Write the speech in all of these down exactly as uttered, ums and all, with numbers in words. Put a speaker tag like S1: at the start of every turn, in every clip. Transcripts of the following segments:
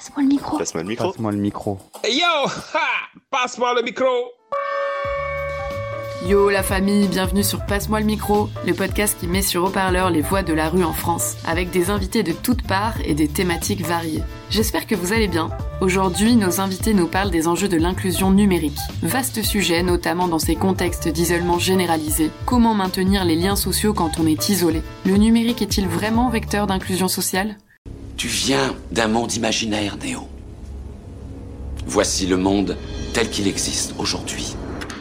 S1: Passe-moi le micro.
S2: Passe-moi le micro.
S3: Passe-moi le micro.
S4: Hey yo, ha, passe-moi le micro.
S5: Yo la famille, bienvenue sur Passe-moi le micro, le podcast qui met sur haut-parleur les voix de la rue en France, avec des invités de toutes parts et des thématiques variées. J'espère que vous allez bien. Aujourd'hui, nos invités nous parlent des enjeux de l'inclusion numérique. Vaste sujet, notamment dans ces contextes d'isolement généralisé. Comment maintenir les liens sociaux quand on est isolé ? Le numérique est-il vraiment vecteur d'inclusion sociale ?
S6: Tu viens d'un monde imaginaire, Néo. Voici le monde tel qu'il existe aujourd'hui.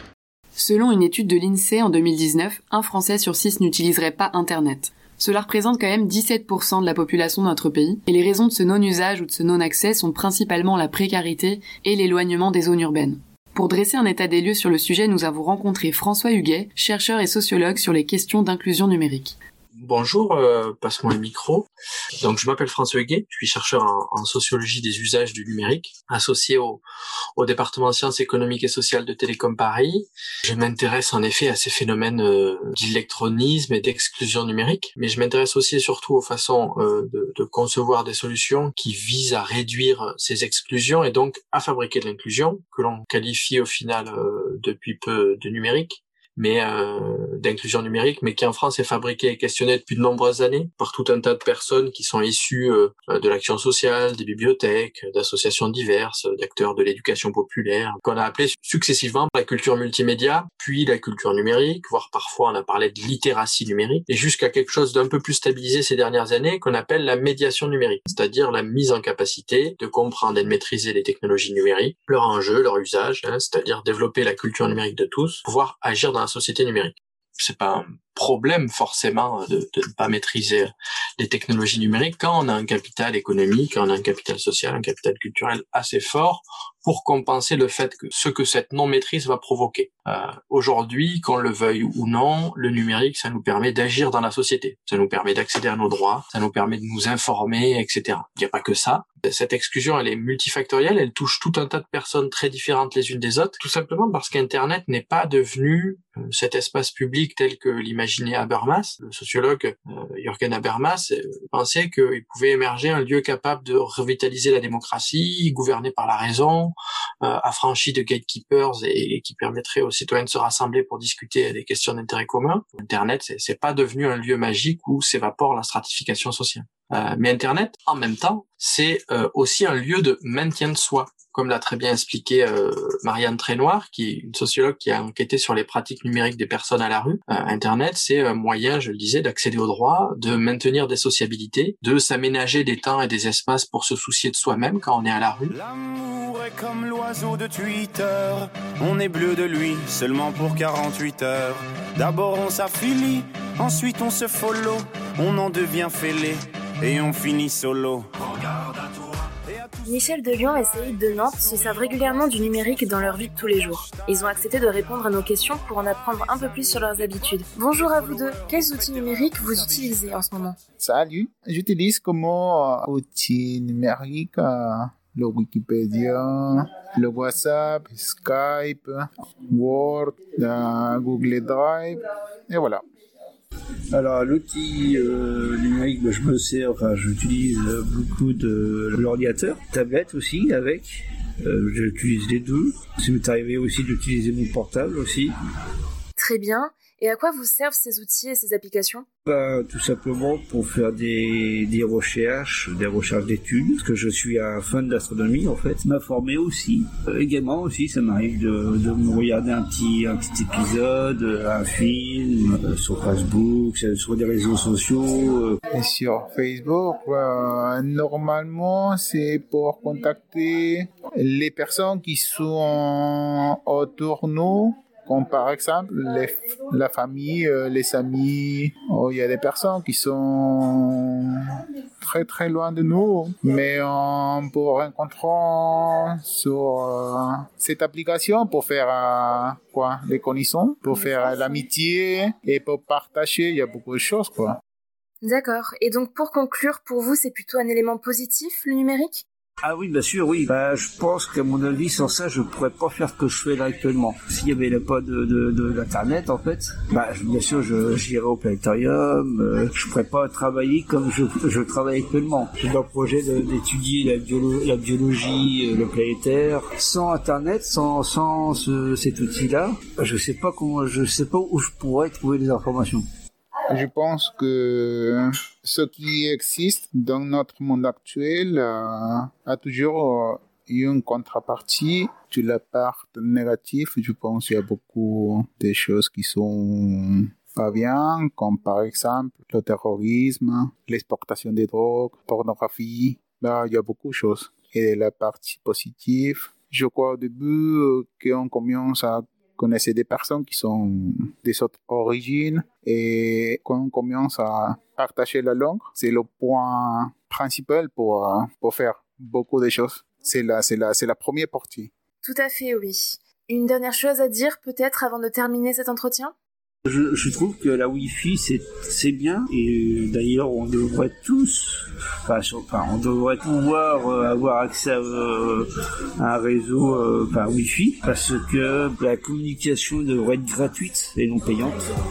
S5: Selon une étude de l'INSEE en deux mille dix-neuf, un Français sur six n'utiliserait pas Internet. Cela représente quand même dix-sept pour cent de la population de notre pays, et les raisons de ce non-usage ou de ce non-accès sont principalement la précarité et l'éloignement des zones urbaines. Pour dresser un état des lieux sur le sujet, nous avons rencontré François Huguet, chercheur et sociologue sur les questions d'inclusion numérique.
S7: Bonjour, euh, passe-moi le micro. Donc, je m'appelle François Huguet, je suis chercheur en, en sociologie des usages du numérique, associé au, au département sciences économiques et sociales de Télécom Paris. Je m'intéresse en effet à ces phénomènes euh, d'électronisme et d'exclusion numérique, mais je m'intéresse aussi et surtout aux façons euh, de, de concevoir des solutions qui visent à réduire ces exclusions et donc à fabriquer de l'inclusion, que l'on qualifie au final euh, depuis peu de numérique. mais euh, d'inclusion numérique, mais qui en France est fabriquée et questionnée depuis de nombreuses années par tout un tas de personnes qui sont issues euh, de l'action sociale, des bibliothèques, d'associations diverses, d'acteurs de l'éducation populaire, qu'on a appelé successivement la culture multimédia, puis la culture numérique, voire parfois on a parlé de littératie numérique, et jusqu'à quelque chose d'un peu plus stabilisé ces dernières années qu'on appelle la médiation numérique, c'est-à-dire la mise en capacité de comprendre et de maîtriser les technologies numériques, leur enjeu, leur usage, hein, c'est-à-dire développer la culture numérique de tous, pouvoir agir dans la société numérique. C'est pas un problème forcément de, de ne pas maîtriser les technologies numériques quand on a un capital économique, quand on a un capital social, un capital culturel assez fort pour compenser le fait que ce que cette non-maîtrise va provoquer. Euh, aujourd'hui, qu'on le veuille ou non, le numérique, ça nous permet d'agir dans la société. Ça nous permet d'accéder à nos droits, ça nous permet de nous informer, et cetera. Il n'y a pas que ça. Cette exclusion, elle est multifactorielle, elle touche tout un tas de personnes très différentes les unes des autres, tout simplement parce qu'Internet n'est pas devenu euh, cet espace public tel que l'imaginait Habermas. Le sociologue euh, Jürgen Habermas euh, pensait qu'il pouvait émerger un lieu capable de revitaliser la démocratie, gouverné par la raison, euh, affranchi de gatekeepers et, et qui permettrait aux citoyens de se rassembler pour discuter des questions d'intérêt commun. Internet, c'est, c'est pas devenu un lieu magique où s'évapore la stratification sociale. Euh, mais Internet, en même temps, c'est euh, aussi un lieu de maintien de soi, comme l'a très bien expliqué euh, Marianne Trénoir, qui est une sociologue qui a enquêté sur les pratiques numériques des personnes à la rue. Euh, Internet, c'est un moyen, je le disais, d'accéder aux droits, de maintenir des sociabilités, de s'aménager des temps et des espaces pour se soucier de soi-même quand on est à la rue.
S8: L'amour est comme l'oiseau de Twitter, on est bleu de lui seulement pour quarante-huit heures. D'abord on s'affilie, ensuite on se follow, on en devient fêlé et on finit solo.
S9: Michel de Lyon et Saïd de Nantes se servent régulièrement du numérique dans leur vie de tous les jours. Ils ont accepté de répondre à nos questions pour en apprendre un peu plus sur leurs habitudes. Bonjour à vous deux, quels outils numériques vous utilisez en ce moment ?
S3: Salut, j'utilise comme euh, outil numérique euh, le Wikipédia, le WhatsApp, Skype, Word, euh, Google Drive, et voilà.
S10: Alors l'outil euh, numérique, bah, je me sers, enfin j'utilise beaucoup de l'ordinateur, tablette aussi avec, euh, j'utilise les deux. Ça m'est arrivé aussi d'utiliser mon portable aussi.
S9: Très bien. Et à quoi vous servent ces outils et ces applications ?
S10: Bah, tout simplement pour faire des, des recherches, des recherches d'études, parce que je suis un fan d'astronomie en fait. M'informer aussi. Euh, également aussi, ça m'arrive de, de me regarder un petit, un petit épisode, un film, euh, sur Facebook, sur des réseaux sociaux. Euh.
S3: Et sur Facebook, euh, normalement, c'est pour contacter les personnes qui sont autour de nous. Comme par exemple les, la famille, euh, les amis. Oh, il y a des personnes qui sont très très loin de nous, mais on peut rencontrer sur euh, cette application pour faire euh, quoi, les connaissances, pour faire euh, l'amitié et pour partager. Il y a beaucoup de choses quoi.
S9: D'accord. Et donc pour conclure, pour vous, c'est plutôt un élément positif le numérique ?
S10: Ah oui, bien sûr, oui. Bah, je pense qu'à mon avis, sans ça, je pourrais pas faire ce que je fais là actuellement. S'il y avait pas de, de, de l'internet, en fait, bah, bien sûr, je, j'irais au planétarium. Euh, je pourrais pas travailler comme je, je travaille actuellement. J'ai le projet de, d'étudier la, biolo, la biologie, le planétaire. Sans internet, sans, sans ce, cet outil-là, je sais pas comment, je sais pas où je pourrais trouver des informations.
S3: Je pense que ce qui existe dans notre monde actuel euh, a toujours euh, eu une contrepartie. De la part négative, je pense qu'il y a beaucoup de choses qui sont pas bien, comme par exemple le terrorisme, l'exportation des drogues, la pornographie. Bah, il y a beaucoup de choses. Et la partie positive, je crois au début euh, qu'on commence à connaître des personnes qui sont des autres origines et quand on commence à partager la langue, c'est le point principal pour, pour faire beaucoup de choses. C'est la, c'est la, c'est la première partie.
S9: Tout à fait, oui. Une dernière chose à dire peut-être avant de terminer cet entretien ?
S10: Je, je trouve que la Wi-Fi c'est c'est bien et d'ailleurs on devrait tous, enfin, enfin on devrait pouvoir euh, avoir accès à, euh, à un réseau euh, enfin, Wi-Fi parce que la communication devrait être gratuite et non payante.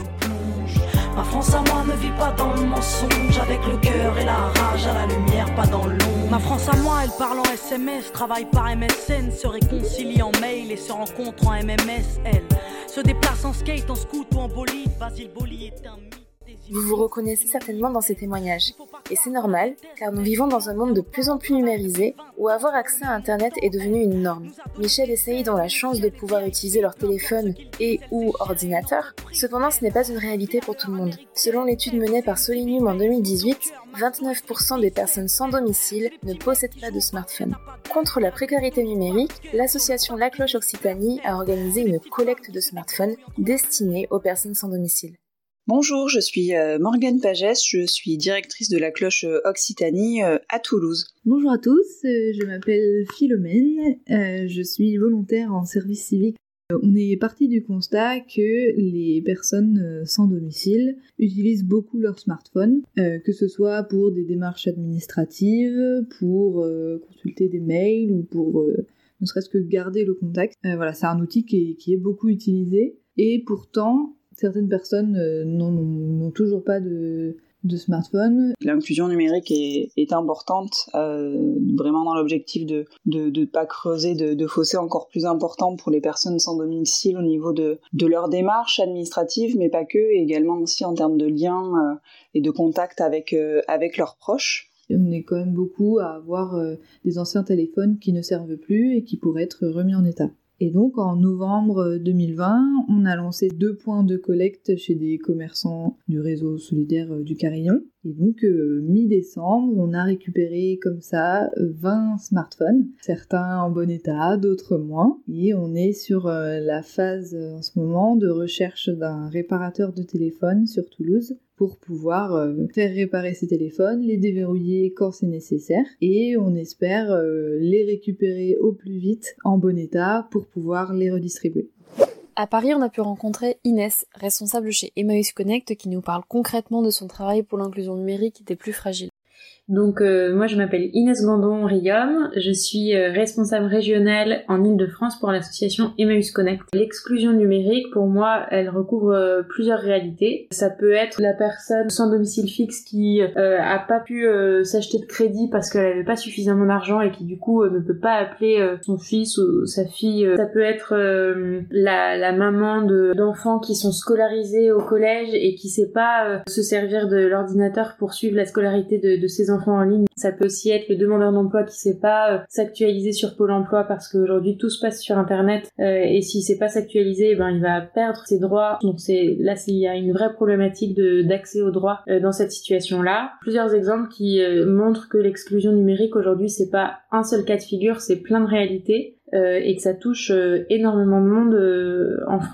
S1: Ma France à moi ne vit pas dans le mensonge, avec le cœur et la rage à la lumière, pas dans l'ombre. Ma France à moi, elle parle en S M S, travaille par M S N, se réconcilie en mail et se rencontre en M M S, elle se déplace en skate, en scoot ou en bolide. Basile Boli est un mythe.
S9: Vous vous reconnaissez certainement dans ces témoignages. Et c'est normal, car nous vivons dans un monde de plus en plus numérisé, où avoir accès à Internet est devenu une norme. Michel et Saïd ont la chance de pouvoir utiliser leur téléphone et ou ordinateur. Cependant, ce n'est pas une réalité pour tout le monde. Selon l'étude menée par Solinium en deux mille dix-huit, vingt-neuf pour cent des personnes sans domicile ne possèdent pas de smartphone. Contre la précarité numérique, l'association La Cloche Occitanie a organisé une collecte de smartphones destinée aux personnes sans domicile.
S2: Bonjour, je suis euh, Morgane Pagès, je suis directrice de la Cloche Occitanie euh, à Toulouse.
S11: Bonjour à tous, euh, je m'appelle Philomène, euh, je suis volontaire en service civique. Euh, on est parti du constat que les personnes euh, sans domicile utilisent beaucoup leur smartphone, euh, que ce soit pour des démarches administratives, pour euh, consulter des mails ou pour euh, ne serait-ce que garder le contact. Euh, voilà, c'est un outil qui est, qui est beaucoup utilisé et pourtant certaines personnes euh, n'ont, n'ont toujours pas de, de smartphone.
S2: L'inclusion numérique est, est importante, euh, vraiment dans l'objectif de de, de pas creuser de, de fossés encore plus importants pour les personnes sans domicile au niveau de, de leur démarche administrative, mais pas que, et également aussi en termes de liens euh, et de contact avec, euh, avec leurs proches.
S11: On est quand même beaucoup à avoir euh, des anciens téléphones qui ne servent plus et qui pourraient être remis en état. Et donc en novembre deux mille vingt, on a lancé deux points de collecte chez des commerçants du réseau solidaire du Carillon. Et donc euh, mi-décembre, on a récupéré comme ça vingt smartphones, certains en bon état, d'autres moins. Et on est sur euh, la phase euh, en ce moment de recherche d'un réparateur de téléphone sur Toulouse pour pouvoir euh, faire réparer ces téléphones, les déverrouiller quand c'est nécessaire, et on espère euh, les récupérer au plus vite en bon état pour pouvoir les redistribuer.
S12: À Paris, on a pu rencontrer Inès, responsable chez Emmaüs Connect, qui nous parle concrètement de son travail pour l'inclusion numérique des plus fragiles.
S13: Donc euh, moi je m'appelle Inès Gandon-Riom, je suis euh, responsable régionale en Île-de-France pour l'association Emmaüs Connect. L'exclusion numérique, pour moi, elle recouvre euh, plusieurs réalités. Ça peut être la personne sans domicile fixe qui euh, a pas pu euh, s'acheter de crédit parce qu'elle avait pas suffisamment d'argent et qui du coup euh, ne peut pas appeler euh, son fils ou sa fille. Ça peut être euh, la, la maman de, d'enfants qui sont scolarisés au collège et qui sait pas euh, se servir de l'ordinateur pour suivre la scolarité de, de ses enfants en ligne. Ça peut aussi être le demandeur d'emploi qui sait pas euh, s'actualiser sur Pôle emploi parce qu'aujourd'hui tout se passe sur internet euh, et s'il sait pas s'actualiser, eh ben il va perdre ses droits. Donc c'est là il y a une vraie problématique de d'accès aux droits euh, dans cette situation-là. Plusieurs exemples qui euh, montrent que l'exclusion numérique aujourd'hui c'est pas un seul cas de figure, c'est plein de réalités euh, et que ça touche euh, énormément de monde euh, en France.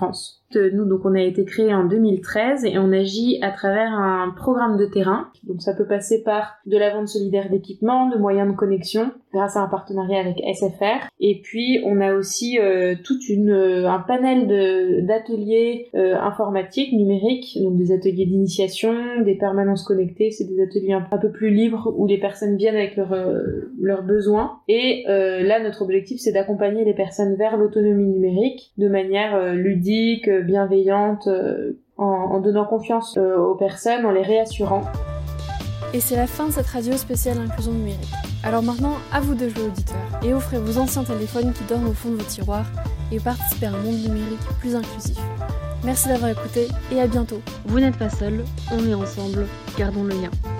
S13: Nous, donc, on a été créé en deux mille treize et on agit à travers un programme de terrain. Donc, ça peut passer par de la vente solidaire d'équipements, de moyens de connexion, grâce à un partenariat avec S F R. Et puis, on a aussi euh, toute une euh, un panel de d'ateliers euh, informatiques, numériques, donc des ateliers d'initiation, des permanences connectées. C'est des ateliers un, un peu plus libres où les personnes viennent avec leurs euh, leurs besoins. Et euh, là, notre objectif, c'est d'accompagner les personnes vers l'autonomie numérique de manière euh, ludique, bienveillante, euh, en, en donnant confiance euh, aux personnes, en les réassurant.
S12: Et c'est la fin de cette radio spéciale inclusion numérique. Alors maintenant, à vous de jouer auditeurs, et offrez vos anciens téléphones qui dorment au fond de vos tiroirs, et participez à un monde numérique plus inclusif. Merci d'avoir écouté, et à bientôt. Vous n'êtes pas seuls, on est ensemble, gardons le lien.